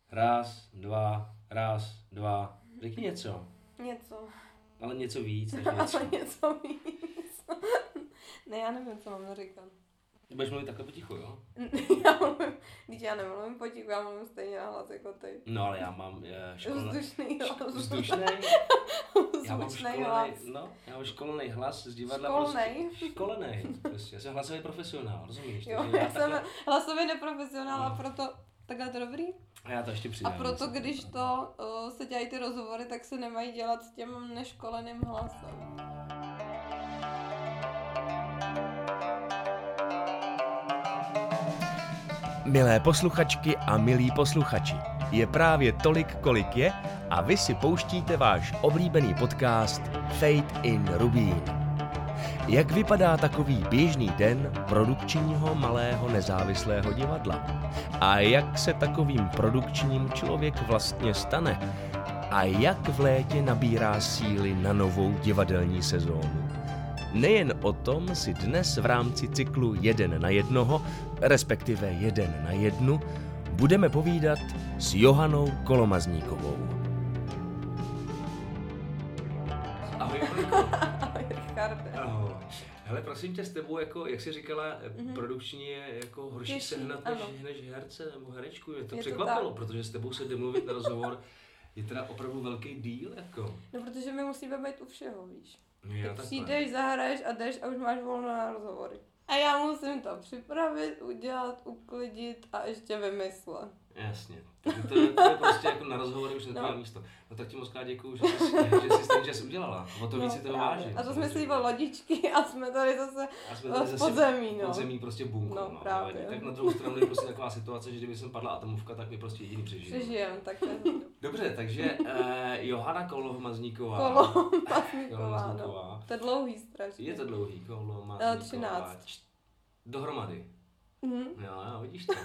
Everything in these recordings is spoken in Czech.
Raz, dva. Řekni něco. Něco. Ale něco víc než něco. Ale něco víc. Ne, já nevím, co mám říkat. Ty budeš mluvit takhle potichu, jo? Když já nemluvím potichu, já mluvím stejně na hlas jako ty. No ale já mám Vzdušný hlas. Vzdušnej. Já mám školený hlas z divadla. Školnej? Prostě. Školený. Prostě. Já jsem hlasový profesionál, rozumíš? Jo, já jsem hlasový neprofesionál a proto takhle to dobrý? A já to ještě přidám. A proto, když to se dělají ty rozhovory, tak se nemají dělat s tím neškoleným hlasem. Milé posluchačky a milí posluchači, je právě tolik, kolik je a vy si pouštíte váš oblíbený podcast Fade in Rubín. Jak vypadá takový běžný den produkčního malého nezávislého divadla? A jak se takovým produkčním člověk vlastně stane? A jak v létě nabírá síly na novou divadelní sezónu? Nejen o tom si dnes v rámci cyklu Jeden na jednoho, respektive Jeden na jednu, budeme povídat s Johanou Kolomazníkovou. Ahoj, Ahoj, Richarde. Ahoj. Hele, prosím tě, s tebou, jako, jak jsi říkala, produkční je jako horší Těžší, sehnat než herce nebo herečku. Mě to Je to překvapilo, protože s tebou se domluvit na rozhovor je teda opravdu velký díl, jako. No, protože my musíme být u všeho, víš. Jo, Ty přijdeš, zahraješ a jdeš a už máš volno na rozhovory. A já musím to připravit, udělat, uklidit a ještě vymyslet. Jasně. To je prostě jako na rozhovory už netvá místo. No tak ti moc krát děkuju, že jsi ten čas udělala. O to víc si toho vážím. A to jsme si o lodičky a jsme tady zase v podzemí, no. Podzemí prostě bunkru, no. Právě. Tak na druhou stranu je prostě taková situace, že kdyby jsem padla atomovka, tak my prostě jediný přežijeme. Přežijem, tak Dobře, takže Johana Kolomazníková. Kolomazníková, no. To je dlouhý strašně. Je to dlouhý, Kolomazníková. 13. Dohromady. Jo, vidíš to.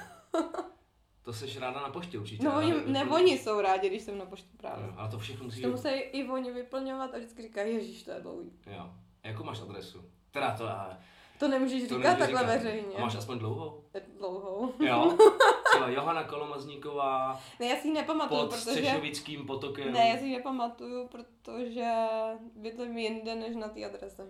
To seš ráda na poště určitě. No oni jsou rádi, když jsem na poště právě. Ale to všechno musí... To musí i oni vyplňovat a vždycky říkají, ježíš, to je dlouhý. Jo. A jakou máš adresu? Teda to... To nemůžeš říkat takhle veřejně. A máš aspoň dlouhou? Dlouhou. Jo. Třeba Johana Kolomazníková. Ne, já si ji nepamatuju, pod Střešovickým potokem. Ne, já si ji nepamatuju, protože bydlím jinde než na té adrese.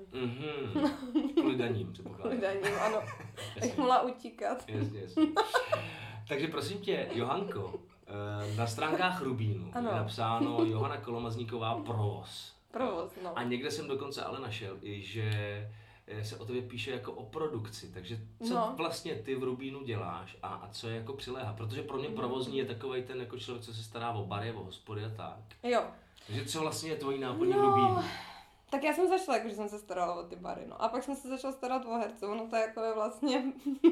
Kvůli daním, předpokládám. Kvůli daním, ano. Tak mohla utíkat. Jasně. Takže prosím tě, Johanko, na stránkách Rubínu je napsáno Johana Kolomazníková provoz. Provoz, no. A někde jsem dokonce ale našel i, že se o tobě píše jako o produkci, takže co vlastně ty v Rubínu děláš a co je jako přiléhá, protože pro mě provozní je takovej ten jako člověk, co se stará o bary, o hospody a tak. Jo. Takže co vlastně je tvojí náplní v Rubínu? Tak já jsem začala, že jsem se starala o ty bary, no. A pak jsem se začala starat o herce, ono to jako je vlastně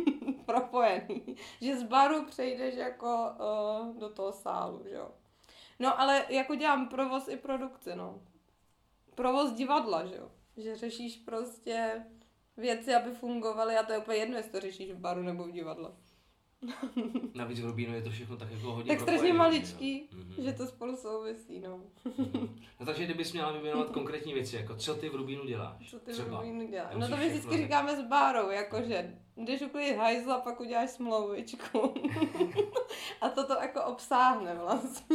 propojený. Že z baru přejdeš jako do toho sálu, že jo. No ale jako dělám provoz i produkci, no. Provoz divadla, že jo. Že řešíš prostě věci, aby fungovaly a to je úplně jedno, jestli to řešíš v baru nebo v divadle. Navíc v Rubínu je to všechno tak jako hodně tak strašně maličký, že to spolu souvisí, no. No takže kdybys měla vyjmenovat konkrétní věci, jako co ty v Rubínu děláš? Co ty v Rubínu děláš? No to my vždycky říkáme s bárou, jakože jdeš uklidit hajzl a pak uděláš smlouvičku. A to jako obsáhne vlastně.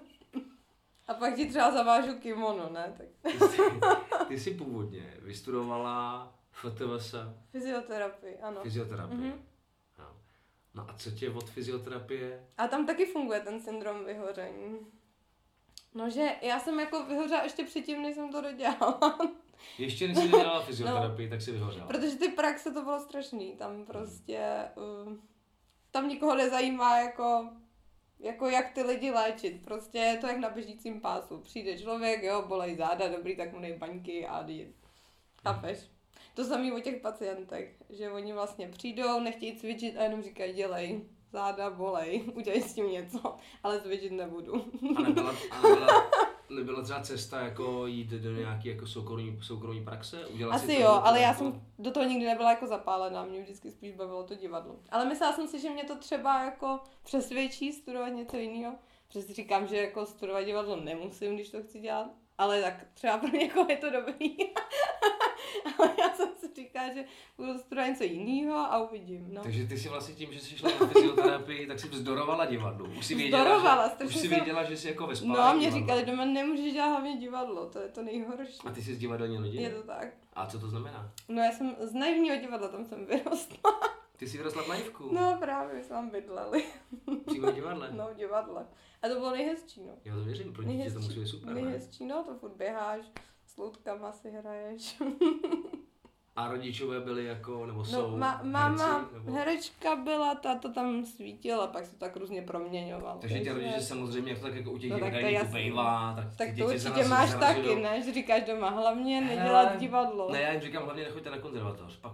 A pak ti třeba zavážu kimono, ne? Tak. Ty jsi původně vystudovala FTVS? Fyzioterapii, ano. Fyzioterapii. No a co tě od fyzioterapie? A tam taky funguje ten syndrom vyhoření. No, že já jsem jako vyhořela ještě předtím, než jsem to dodělala. Ještě než jsi dodělala fyzioterapii, tak jsi vyhořela. Protože ty praxe to bylo strašný. Tam prostě, tam nikoho nezajímá jako jak ty lidi léčit. Prostě je to jak na běžícím pásu. Přijde člověk, jo, bolej záda, dobrý, tak mu dej baňky a jdi. Chápeš? To samé o těch pacientech, že oni vlastně přijdou, nechtějí cvičit a jenom říkají, dělej, záda bolej, udělej s tím něco, ale cvičit nebudu. A nebyla třeba cesta jako jít do nějaké jako soukromí praxe? Asi jo, ale já jsem do toho nikdy nebyla jako zapálená, mě vždycky spíš bavilo to divadlo. Ale myslela jsem si, že mě to třeba jako přesvědčí studovat něco jiného. Protože říkám, že jako studovat divadlo nemusím, když to chci dělat. Ale tak třeba pro někoho je to dobrý. Ale já jsem si říká, že budu studovat něco jiného a uvidím. No. Takže ty si vlastně tím, že jsi šla na fyzioterapii, tak si vzdorovala divadlu. Už si věděla, že jsi jako ve spálení. No, mě říkali, doma nemůžeš dělat hlavně divadlo, to je to nejhorší. A ty jsi z divadelní rodiny? Je to tak. A co to znamená? No já jsem z naivního divadla, tam jsem vyrostla. Ty jsi vyrostla v naivku? No právě, jsme tam bydleli. Přímo v divadle? No, v divadle. A to bylo nejhezčí, no. Já to věřím, pro dítě to musí být super, nejhezčí, no, to furt běháš, s loutkama si hraješ. A rodičové byli jako, nebo jsou máma herci, nebo... herečka byla, táta tam svítila, pak se tak různě proměňoval. Takže ti rodiče samozřejmě tak jako u těch no, divadelníků bejvá, tak to určitě máš taky, ne? Že říkáš doma, hlavně nedělat divadlo. Ne, já jim říkám, hlavně nechoďte na konzervatoř, pak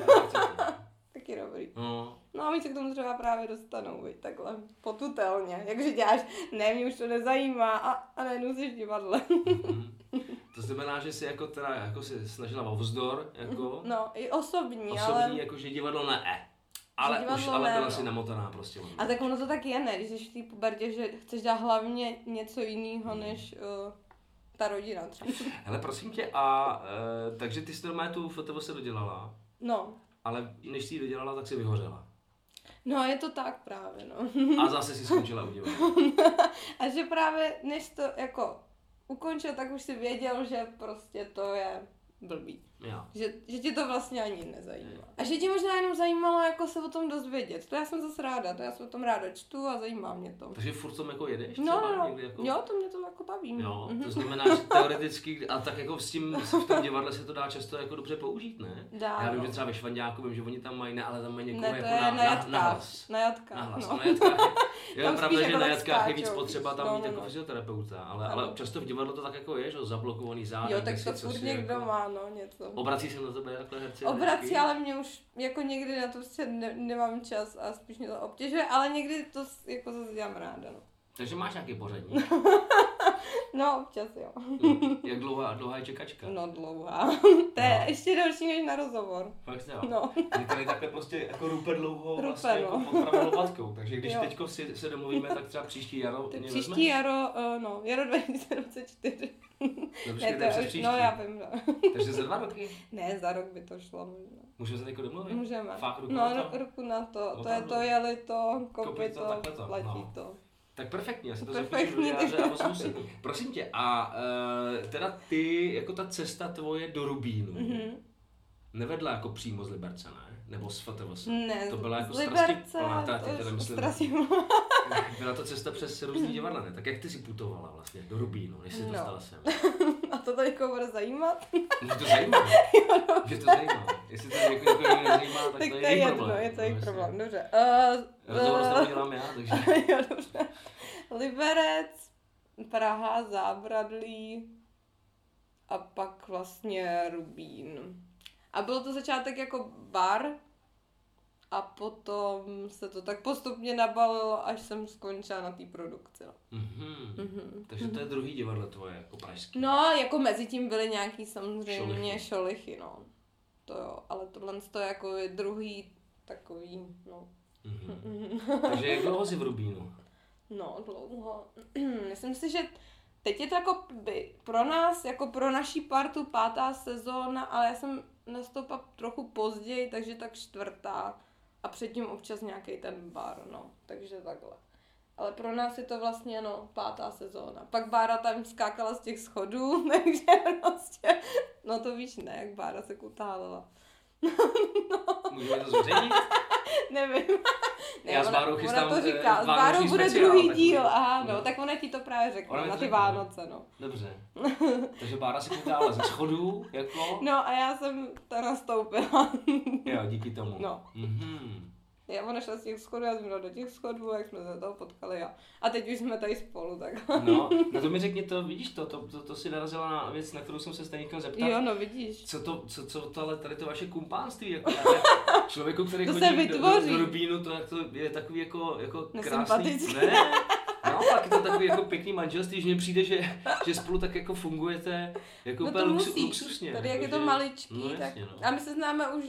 taky dobrý. No. No a my se k tomu třeba právě dostanou, viď, takhle potutelně. Jakže děláš, ne, mě už to nezajímá a najednou jsi v divadle. To znamená, že jsi jako teda, jako si snažila o vzdor, jako... No, i osobní, ale... jako, že divadlo ne. Ale divadlo už ale byla si namotaná prostě. A tak ono to tak je, ne? Když jsi v té pubertě, že chceš dát hlavně něco jiného, než ta rodina třeba. Hele, prosím tě, takže ty jsi normálně tu fotovu se dodělala. No. Ale než jsi ji dodělala, tak si vyhořela. No, je to tak právě, no. A zase si skončila u divadla. A že právě, než to jako ukončil, tak už si věděl, že prostě to je blbý. Že tě to vlastně ani nezajímá. A že tě možná jenom zajímalo jako se o tom dozvědět. To já jsem zase ráda, to já se o tom ráda čtu a zajímá mě to. Takže furt tom jako jedeš? No. Jako... Jo, to mě to jako baví. Jo, to znamená, že teoreticky, a tak jako v tom divadle se to dá často jako dobře použít, ne? Dá, já vím, že třeba ve Švanďáku vím, že oni tam mají, ne, ale tam mají někoho jako na hlas. Na jatkách. Na jatkách. Je pravda, že na jatkách je víc skáčou, potřeba tam mít jako fyzioterapeuta, ale často v divadle to tak jako je, že zablokovaný záda. Jo, tak to furt někdo má, no, něco. Obrací se na tebe takhle herci? Obrací, ale mě už jako někdy na to prostě nemám čas a spíš mě to obtěžuje, ale někdy to jako zase dělám ráda, no. Takže máš nějaký pořadník? No, občas jo. Jak dlouhá je čekačka? No, dlouhá. To je ještě další než na rozhovor. Fakt jo? No. Mě tady takhle prostě jako rupe dlouho vlastně jako pod pravou lopatkou, takže když teďko se domluvíme, tak třeba příští jaro mě příští vezmeš? jaro 2024. No, já vím, no. Takže za 2 roky? Ne, za rok by to šlo možná. Můžeme se teď domluvit? Můžeme. Fakt ruku na to? No, ruku na to. To je to, jeli to, kopy to, platí to. Tak perfektně, já si to zapíšu do diáře a vezmu si. Prosím tě, a teda ty, jako ta cesta tvoje do Rubínu, nevedla jako přímo z Liberce, ne? Nebo z FTVS? Ne, to byla jako z Liberce, byla to cesta přes různý divadla, ne? Tak jak ty si putovala vlastně do Rubínu, než jsi dostala sem? A to někoho bude zajímat? Mě to zajímá. Mě to zajímá. Jestli to někoho nezajímá, tak to je jejich problém. Je to jejich problém, dobře. Rozhovor s tebou dělám já, takže... Jo, dobře. Liberec, Praha, Zábradlí a pak vlastně Rubín. A byl to začátek jako bar a potom se to tak postupně nabalilo, až jsem skončila na té produkci. Takže to je druhý divadlo tvoje, jako pražský. No, jako mezi tím byly nějaký samozřejmě šolichy, no. To jo, ale tohle je jako druhý takový, no. Takže jak dlouho jsi v Rubínu? No, dlouho. Myslím si, že teď je to jako pro nás, jako pro naší partu 5. sezóna, ale já jsem nastoupila trochu později, takže tak 4. a předtím občas nějaký ten bar, no, takže takhle. Ale pro nás je to vlastně, no, 5. sezóna. Pak Bára tam skákala z těch schodů, takže prostě, no to víš, ne, jak Bára se kutálela. Můžeme to zveřejnit? Nevím. Ne, já s Bárou chystám ona to říká, s Bárou bude druhý díl, aha, no, tak ona ti to právě řekla, na ty Vánoce, no. Dobře. Takže Bára si kutála ze schodů, jako? No a já jsem to nastoupila. Jo, díky tomu. No. Ona šla z těch schodů, já jsem šla do těch schodů, jak jsme se toho potkali a teď už jsme tady spolu, tak. No to mi řekni to, vidíš to si narazila na věc, na kterou jsem se stejně chtěl zeptat. Jo, no vidíš. Co to ale tady to vaše kumpánství, jako člověku, který to chodí do Rubínu, to je takový jako krásný. Ne, naopak je to takový jako pěkný manželství, že mně přijde, že spolu tak jako fungujete jako no úplně luxusně. Tady jak je to maličký, no, tak jasně, no. A my se známe už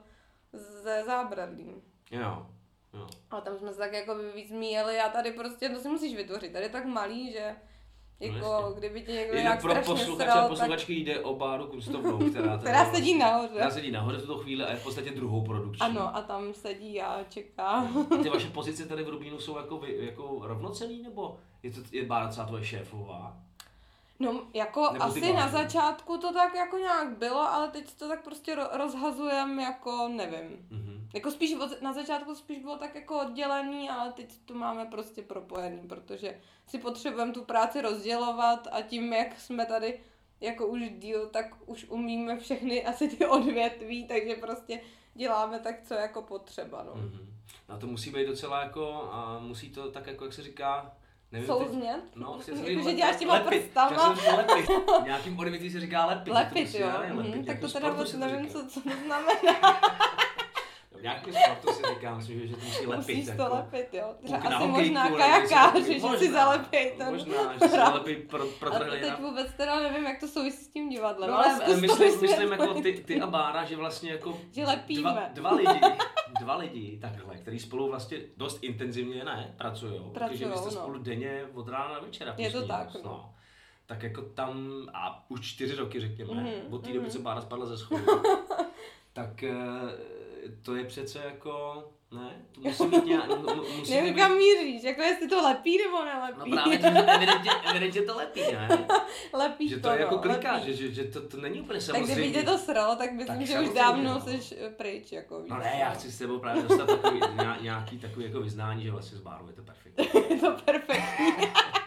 ze Zábradlí. Jo. A tam jsme se tak jako víc míjeli a tady prostě to si musíš vytvořit. Tady je tak malý, že Jako, kdyby ti někdo nějak nějak pro strašně posluchače sral, a posluchačky jde o Báru Kunštovnou, která sedí nahoře. Která sedí nahoře v tuto chvíli a je v podstatě druhou produkční. Ano, a tam sedí a čeká. A ty vaše pozice tady v Rubínu jsou jako rovnocenný, nebo je Bára třeba tvoje šéfová? No, jako nebo asi na začátku to tak jako nějak bylo, ale teď to tak prostě rozhazujeme jako, nevím. Jako spíš na začátku spíš bylo tak jako oddělený, ale teď to máme prostě propojený, protože si potřebujeme tu práci rozdělovat a tím, jak jsme tady jako už díl, tak už umíme všechny asi ty odvětví, takže prostě děláme tak, co jako potřeba, no. No to musí být docela jako, a musí to tak jako, jak se říká, nevím, souznět? No, jakože děláš těma prstama. Lepit. Nějakým odvětví se říká lepit. Lepit, jo. Lepit. Tak to teda moc nevím, co to znamená. V nějakém sportu si říkám, myslím, že to musí lepit. Musíš to jako lepit, jo. Třeba asi možná kajakáři, že si zalepěj ten. Možná, že si zalepí pro A teď vůbec teda nevím, jak to souvisí s tím divadlem. No ale myslím jako ty a Bára, že vlastně jako že lepíme. dva lidi takhle, který spolu vlastně dost intenzivně pracujou, protože vy jste spolu denně od rána do večera. Je to tak, no. Tak jako tam, a už 4 roky řekněme, od té doby, co Bára spadla ze schodu, tak to je přece jako, ne? To musí být nějak, nevím, kam míříš, jako jestli to lepí nebo nelepí. No právě evidentně to lepí, ne? Lepí že to je jako kliká, že to není úplně samozřejmě. Tak kdyby tě to sralo, tak myslím, že už dávno jsi pryč, jako víš. No ne, já chci s tebou právě dostat nějaký takový jako vyznání, že vlastně s Bárou je to perfektní. Je to perfektní.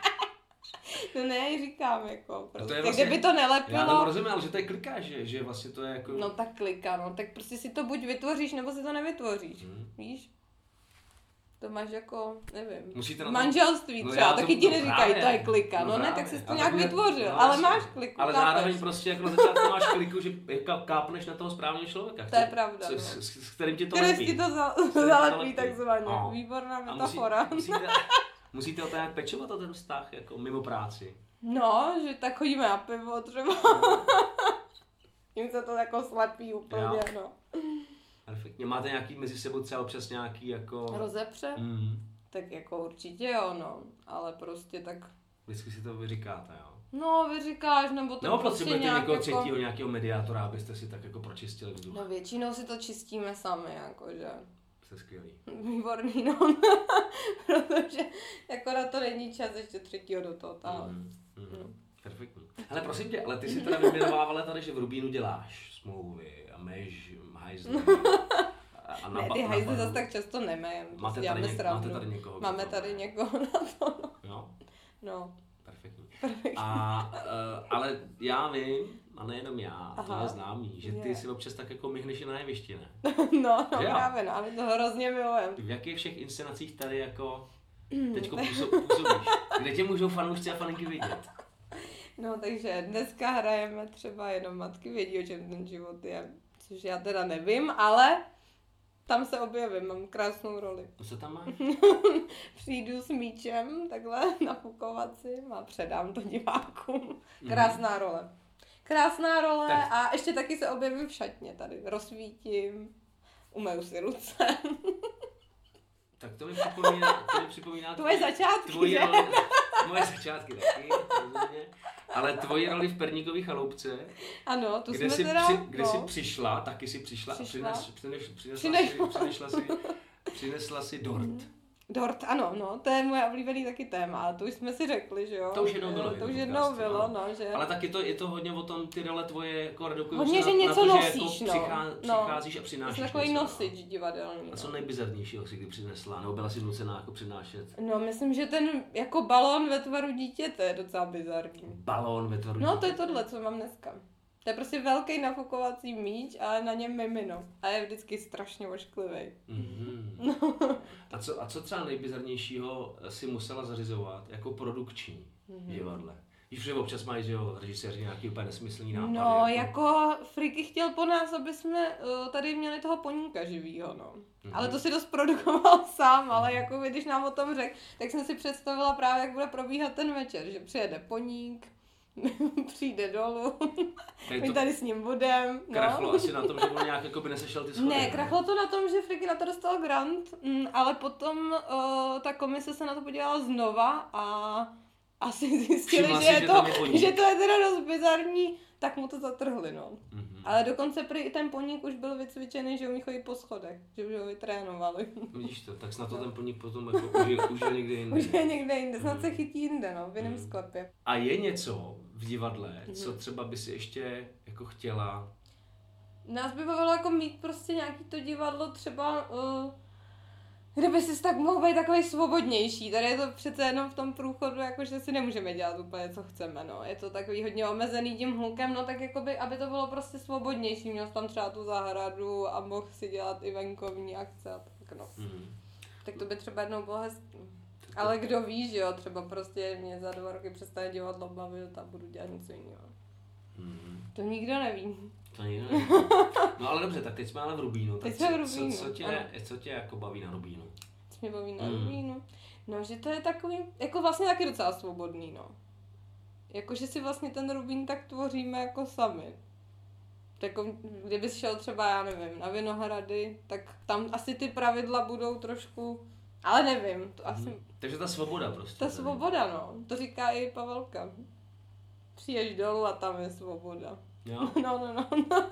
No ne, říkám jako, prostě, to vlastně, kdyby to nelepilo. Já tomu rozumím, ale že to je kliká, že vlastně to je jako... No tak klika, no, tak prostě si to buď vytvoříš, nebo si to nevytvoříš, víš? To máš jako, nevím, musíte manželství třeba, taky ti neříkají, to je klika, no ne, tak jsi to nějak vytvořil, no, ale máš kliku, ale chápeš? zároveň prostě jako na začátku máš kliku, že kápneš na toho správného člověka. To je pravda, no. S kterým ti to lepí. lepí. Který ti to zalepí takzvaně, výborná metafora. Musíte o to nějak pečovat, o ten vztah, jako mimo práci. No, že tak chodíme na pivo třeba. Jim se to jako slepí úplně, no. Perfektně. Máte nějaký mezi sebou třeba občas nějaký jako... Rozepře? Tak jako určitě jo, no. Ale prostě tak... Vždycky si to vyříkáte, jo? No, vyříkáš, nebo to nebo prostě nějak někoho jako... třetího, nějakého mediátora, abyste si tak jako pročistili vzduch. No většinou si to čistíme sami, jakože. Jste skvělý. Výborný, no. Protože jako na to není čas ještě třetího do toho táhat. Perfektní. Hele, prosím tě, ale ty si teda vyjmenovávala tady, že v Rubínu děláš smlouvy a meješ hajzly. Ne, ty hajzly zase tak často nemejem. Máte tady někoho? Máme tady někoho na to. Jo? No. Perfektní. Ale já vím, a nejenom já, to je známý, že ty si občas tak jako myhneš i na jevišti, ne? No právě, no, a my to hrozně milujeme. V jakých všech inscenacích tady jako teďko působíš? Kde tě můžou fanoušci a faninky vidět? No takže dneska hrajeme třeba Jenom matky vědí, o čem ten život je, což já teda nevím, ale tam se objevím, mám krásnou roli. Co tam máš? Přijdu s míčem, takhle nafukovat a předám to divákům. Krásná role. Krásná role tak. A ještě taky se objevím v šatně tady, rozsvítím, umeju si ruce. Tak to mi připomíná tvoje začátky, že? Moje začátky taky, rozumně. Ale tvoji roli v Perníkový chaloupce, ano, tu kde jsme teda... Kde jsi přišla, taky jsi přišla a přinesla si dort. Dort, ano, no, to je moje oblíbený taky téma, ale to už jsme si řekli, že jo. To už jednou bylo. To už jednou bylo, no, že... Ale taky je to hodně o tom, ty role tvoje jako redukují hodně, že něco nosíš, že jako přicházíš a přinášíš něco. Takový nosič divadelní. A co nejbizarnějšího si kdy přinesla, nebo byla si nucená jako přinášet? No, myslím, že ten jako balón ve tvaru dítěte je docela bizarní. Balón ve tvaru dítěte? No, to je tohle, co mám dneska. To je prostě velký nafukovací míč a na něm mimino. A je vždycky strašně ošklivý. No. A co třeba nejbizarnějšího si musela zařizovat jako produkční divadle? Víš, že občas mají, že jo, režiséři nějaký úplně nesmyslný nápady. No, jako Friky chtěl po nás, aby jsme tady měli toho poníka živýho, no. Ale to si dost produkoval sám, ale jako když nám o tom řekl, tak jsem si představila právě, jak bude probíhat ten večer, že přijede poník, přijde dolů, my tady s ním budem. Krachlo asi na tom, že on nějak jako by nesešel ty schody. Ne, krachlo to na tom, že Friky na to dostal grant, ale potom ta komise se na to podívala znova asi zjistili, že to je teda dost bizarní, tak mu to zatrhli, no. Mm-hmm. Ale dokonce ten poník už byl vycvičený, že umí chodit po schodech, že už ho vytrénovali. Vidíš to, tak snad to ten poník potom jako už je někde jinde. Už je někde jinde, snad se chytí jinde, no, v jiném sklepě. A je něco v divadle, co třeba by si ještě jako chtěla? Nás by bavilo jako mít prostě nějaký to divadlo třeba, kde by si tak mohl být takový svobodnější. Tady je to přece jenom v tom průchodu, jakože si nemůžeme dělat úplně, co chceme, no. Je to takový hodně omezený tím hlukem, no tak jakoby, aby to bylo prostě svobodnější. Měl jsi tam třeba tu zahradu a mohl si dělat i venkovní akce a tak, no. Tak to by třeba jednou bylo hezký. Ale kdo ví, že jo, třeba prostě mě za 2 roky přestane divadlo bavit a budu dělat něco jiného. To nikdo neví. To nikdo neví. No ale dobře, tak teď jsme ale v Rubínu. Teď jsme v Rubínu. Co tě jako baví na Rubínu? Co mě baví na Rubínu? No, že to je takový, jako vlastně taky docela svobodný, no. Jako, že si vlastně ten Rubín tak tvoříme jako sami. Jako, kdybys šel třeba, já nevím, na Vinohrady, tak tam asi ty pravidla budou trošku, ale nevím, to asi... Takže ta svoboda prostě. Ta svoboda, no. To říká i Pavelka. Přijdeš dolů a tam je svoboda. Jo? No.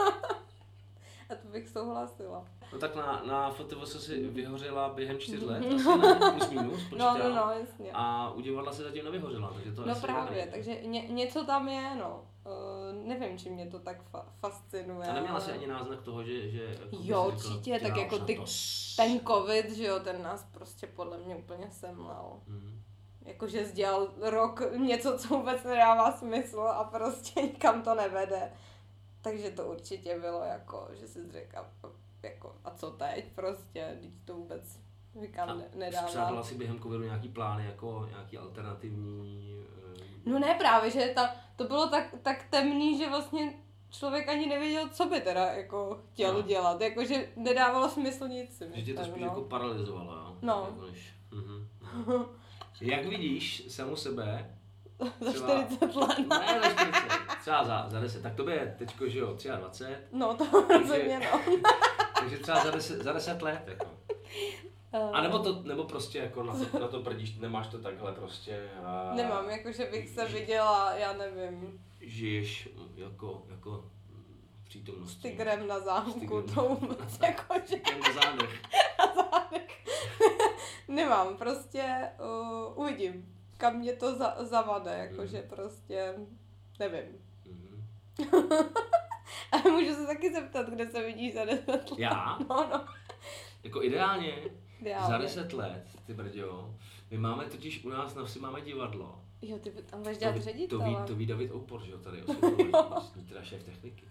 A to bych souhlasila. No tak na FTVS si vyhořela během 4 let, asi ne, plus minus, počítala. No, jasně. A u divadla se zatím nevyhořela, takže to no asi právě, nevím. takže něco tam je, no. Nevím, čím mě to tak fascinuje. A neměla jsi ani náznak toho, že jako jo, určitě, tak jako ten covid, že jo, ten nás prostě podle mě úplně semlal. Jakože jsi dělal rok něco, co vůbec nedává smysl a prostě nikam to nevede. Takže to určitě bylo jako, že jsi řekl, jako, a co teď prostě, teď to vůbec nikam nedává. A přádala si během covidu nějaký plány, jako nějaký alternativní... No ne, právě, že to bylo tak temný, že vlastně člověk ani nevěděl, co by teda jako chtěl dělat, jakože nedávalo smysl nic. Že tě to spíš jako paralyzovalo, jo? No. Jako než, Jak vidíš samu sebe? Za 40 let. Ne, za 40. Třeba za 10. Tak to je teďko, že jo, 23. No, to rozhodně no. Takže třeba za 10 let, jako. A nebo prostě jako na to prdíš, nemáš to takhle prostě. Nemám, jakože bych se viděla, já nevím. Žiješ jako přítomnost. S tigrem na zámku, to vůbec jakože. Na zádech. Na zádech. Nemám, prostě uvidím, kam mě to zavade, jakože prostě, nevím. A můžu se taky zeptat, kde se vidíš za 10 let. Já? No. Jako ideálně. Za 10 let, ty brďo. My máme totiž u nás na vsi máme divadlo. Jo, ty tam budeš dělat ředitele. To ví David Oupor, že jo, tady teda šéf techniky.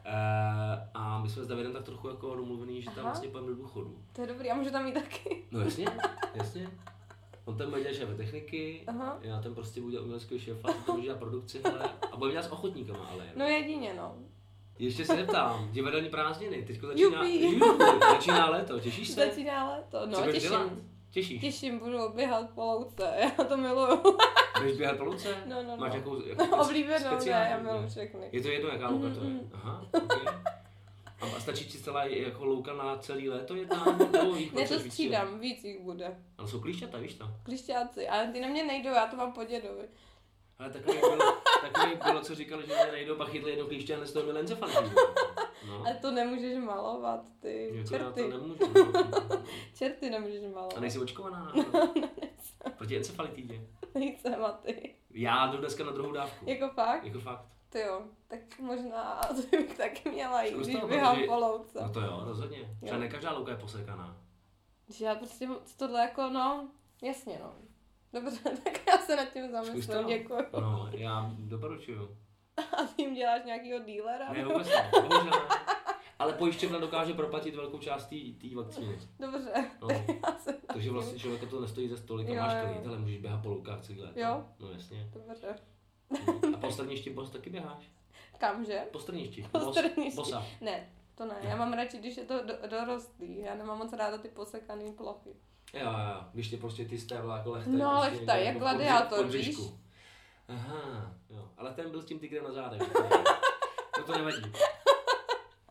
A my jsme s Davidem tak trochu jako domluvený, že tam vlastně půjdeme do důchodu. To je dobrý, a můžu tam jít taky. No jasně. On tam bude dělat šéfa techniky, já tam prostě budu dělat uměleckého šéfa, tam budu dělat produkci, hele, a budeme dělat s ochotníkama, ale. No jedině, no. Ještě se neptám, divadelní prázdniny, teďko začíná léto, těšíš se? Začíná léto, no těším. Těšíš? Těším, budu běhat po louce, já to miluju. Budeš běhat po louce? No. Máš jako oblíbenou, ne, já miluju všechny. Je to jedno, jaká louka to je? Aha, okay. A stačí ti celá jako louka na celý léto jedna? Ne, to střídám, víc jich bude. Ale jsou klíšťata, víš to? Klíšťáci, ale ty na mě nejdou, já to mám po dědovi. Ale takový bylo, co říkali, že mě nejdou, pak chytli jedno klíště a nes toho měl encefalitídu. No. Ale to nemůžeš malovat, ty jako čerty. Já to nemůžu. Čerty nemůžeš malovat. A nejsi očkovaná? Proti encefalitidě? Nejsem, a ty. Já jdu dneska na druhou dávku. Jako fakt? Jako fakt. Ty jo, tak možná bych taky měla jít, když běhám po louce. No to jo, rozhodně. Třeba ne každá louka je posekaná. Že já prostě tohle jako, no, jasně no. Dobře, tak já se nad tím zamyslím, děkuju. No, já doporučuju. A ty jim děláš nějakýho dealera? Ne, vůbec ne, bohužel ne. Ale pojišťovna dokáže proplatit velkou část té vakcíny. Dobře, no. Takže vlastně člověka to nestojí za stolik a máš klid, ale můžeš běhat po loukách celý let. Jo. No jasně. Dobře. A po Strništi bos taky běháš? Kamže? Po Strništi. Bosa. Ne, to ne. Já mám radši, když je to dorostlý. Já nemám moc ráda ty posekaný plochy. Jo, když ty prostě ty stévla jako lehtaj. No prostě lehtaj, jak gladiátor, víš? Aha, jo. Ale ten byl s tím tygrem na zádech. No to nevadí.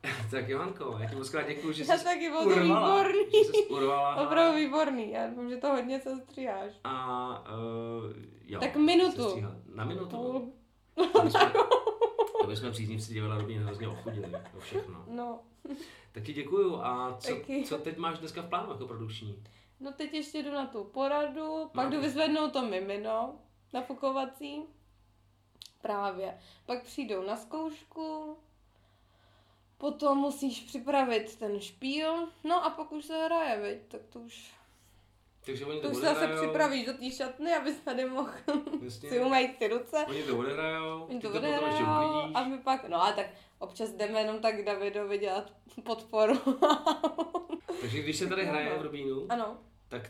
Tak Johanko, já ti moc krát děkuju, že jsi urvala. Že jsi urvala. Opravdu výborný, já doufám, že to hodně sestříháš. Jo. Tak minutu. Na minutu. To bychom příznivci Divadla Rubín hrozně ochudili, to všechno. No. Tak ti děkuju a co teď máš dneska v plánu jako produkční? No teď ještě jdu na tu poradu, pak jdu vyzvednout to mimino nafukovací. Právě. Pak přijdou na zkoušku, potom musíš připravit ten špíl, no a pak už se hraje, viď, tak to už... Takže oni to už se zase připravíš do té šatny, abys tady mohl si umýt ty ruce. Oni to odehrajou, ty to potom ještě uklidíš. A my pak, no a tak občas jdeme jenom tak Davidovi dělat podporu. Takže když se tady hraje v Rubínu, ano. tak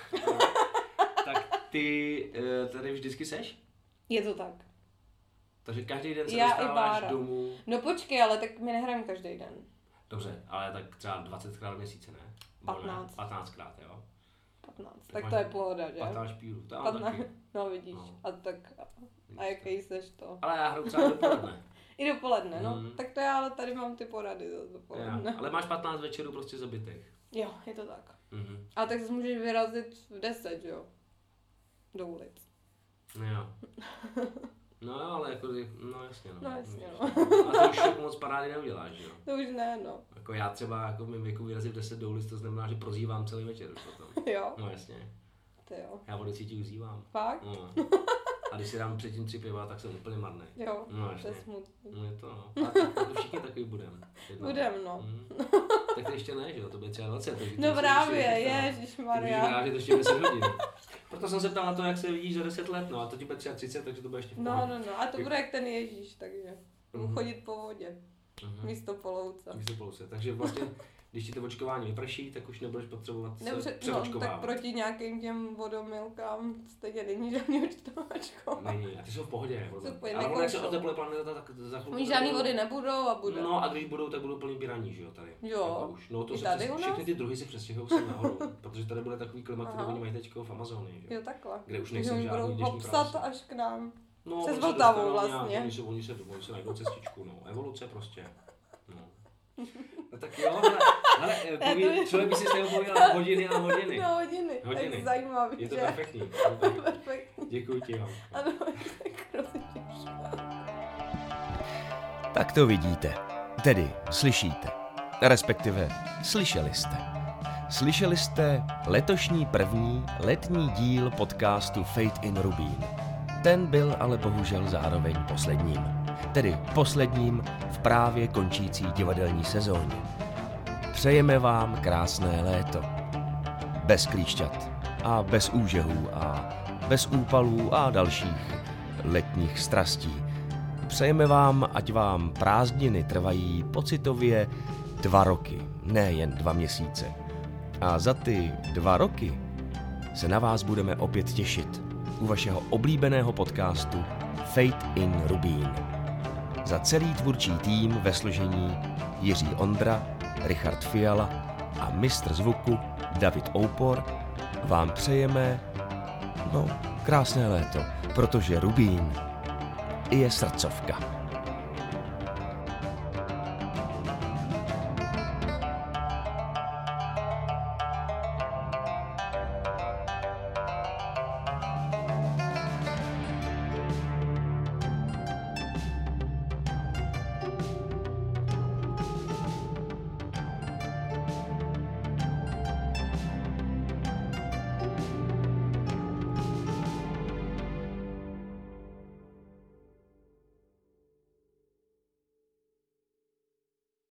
ty tady vždycky seš? Je to tak. Takže každý den se dostáváš domů. No počkej, ale tak my nehrajeme každý den. Dobře, ale tak třeba 20krát měsíce, ne? 15. 15krát, jo? 15, tak to je pohoda, že? 15 špílů, to 15, no vidíš, no. A jaký seš to? Ale já hraju třeba dopoledne. I dopoledne, no. Tak to já ale tady mám ty porady dopoledne. Ja, ale máš 15 večerů prostě zabitých. Jo, je to tak. A tak se můžeš vyrazit v 10, jo? Do ulic. Jo. No jo, ale jako, no jasně no. No jasně no. A to už jako moc parády neuděláš, jo? To už ne, no. Jako já třeba jako v mém věku vyrazit v 10 do ulic, to znamená, že prozívám celý večer už potom. Jo. No jasně. To jo. Já o 10 uzívám. Fakt? No. A když si dám předtím 3 piva, tak jsem úplně marný. Jo, no, to je smutný. No je to no. A to všichni takový budem. Budem, no. Tak to ještě ne, že jo, to bude třeba 20. No právě, ježišmarja. Můžeš vyrážet ještě 10 hodin. Proto jsem se ptal na to, jak se vidíš za 10 let, no a to ti bude třeba 30, takže to bude ještě v pohodě. No, a to bude jak ten Ježíš, takže budu chodit po vodě. Místo po louce. Místo po louce, takže vlastně, když ti to očkování vyprší, tak už nebudeš potřebovat se přeočkovávat. No, tak proti nějakým těm vodomilkám stejně není žádný očkováčko. Není, a ty jsou v pohodě. Ale ono, jak se otepluje planeta, tak za chvilku... Oni žádný vody nebudou a budou. No a když budou, tak budou plný piraní, že jo, tady. Jo, jako už. No to i se tady u nás? všechny ty druhy se přestěhují sem nahoru, protože tady bude takový klimat, který oni mají teďko v Amazonii, že jo. Jo, takhle. Kde už nejsou žádný budou dnešní hopsat až k nám. No, přes Vltavu vlastně. Oni se najdou cestičku, no. Evoluce prostě. No tak jo, ale člověk by si s tebou povídal hodiny a hodiny. No hodiny. Tak zajímavý, je to že? Perfektní. Perfektní. Děkuji ti, jo. Ano, tak Tak to vidíte, tedy slyšíte, respektive slyšeli jste. Slyšeli jste letošní první letní díl podcastu Fate in Rubín. Ten byl ale bohužel zároveň posledním. Tedy posledním v právě končící divadelní sezóně. Přejeme vám krásné léto. Bez klíšťat a bez úžehů a bez úpalů a dalších letních strastí. Přejeme vám, ať vám prázdniny trvají pocitově 2 roky, ne jen 2 měsíce. A za ty 2 roky se na vás budeme opět těšit u vašeho oblíbeného podcastu Fate in Rubín. Za celý tvůrčí tým ve složení Jiří Ondra, Richard Fiala a mistr zvuku David Oupor vám přejeme, krásné léto, protože Rubín je srdcovka.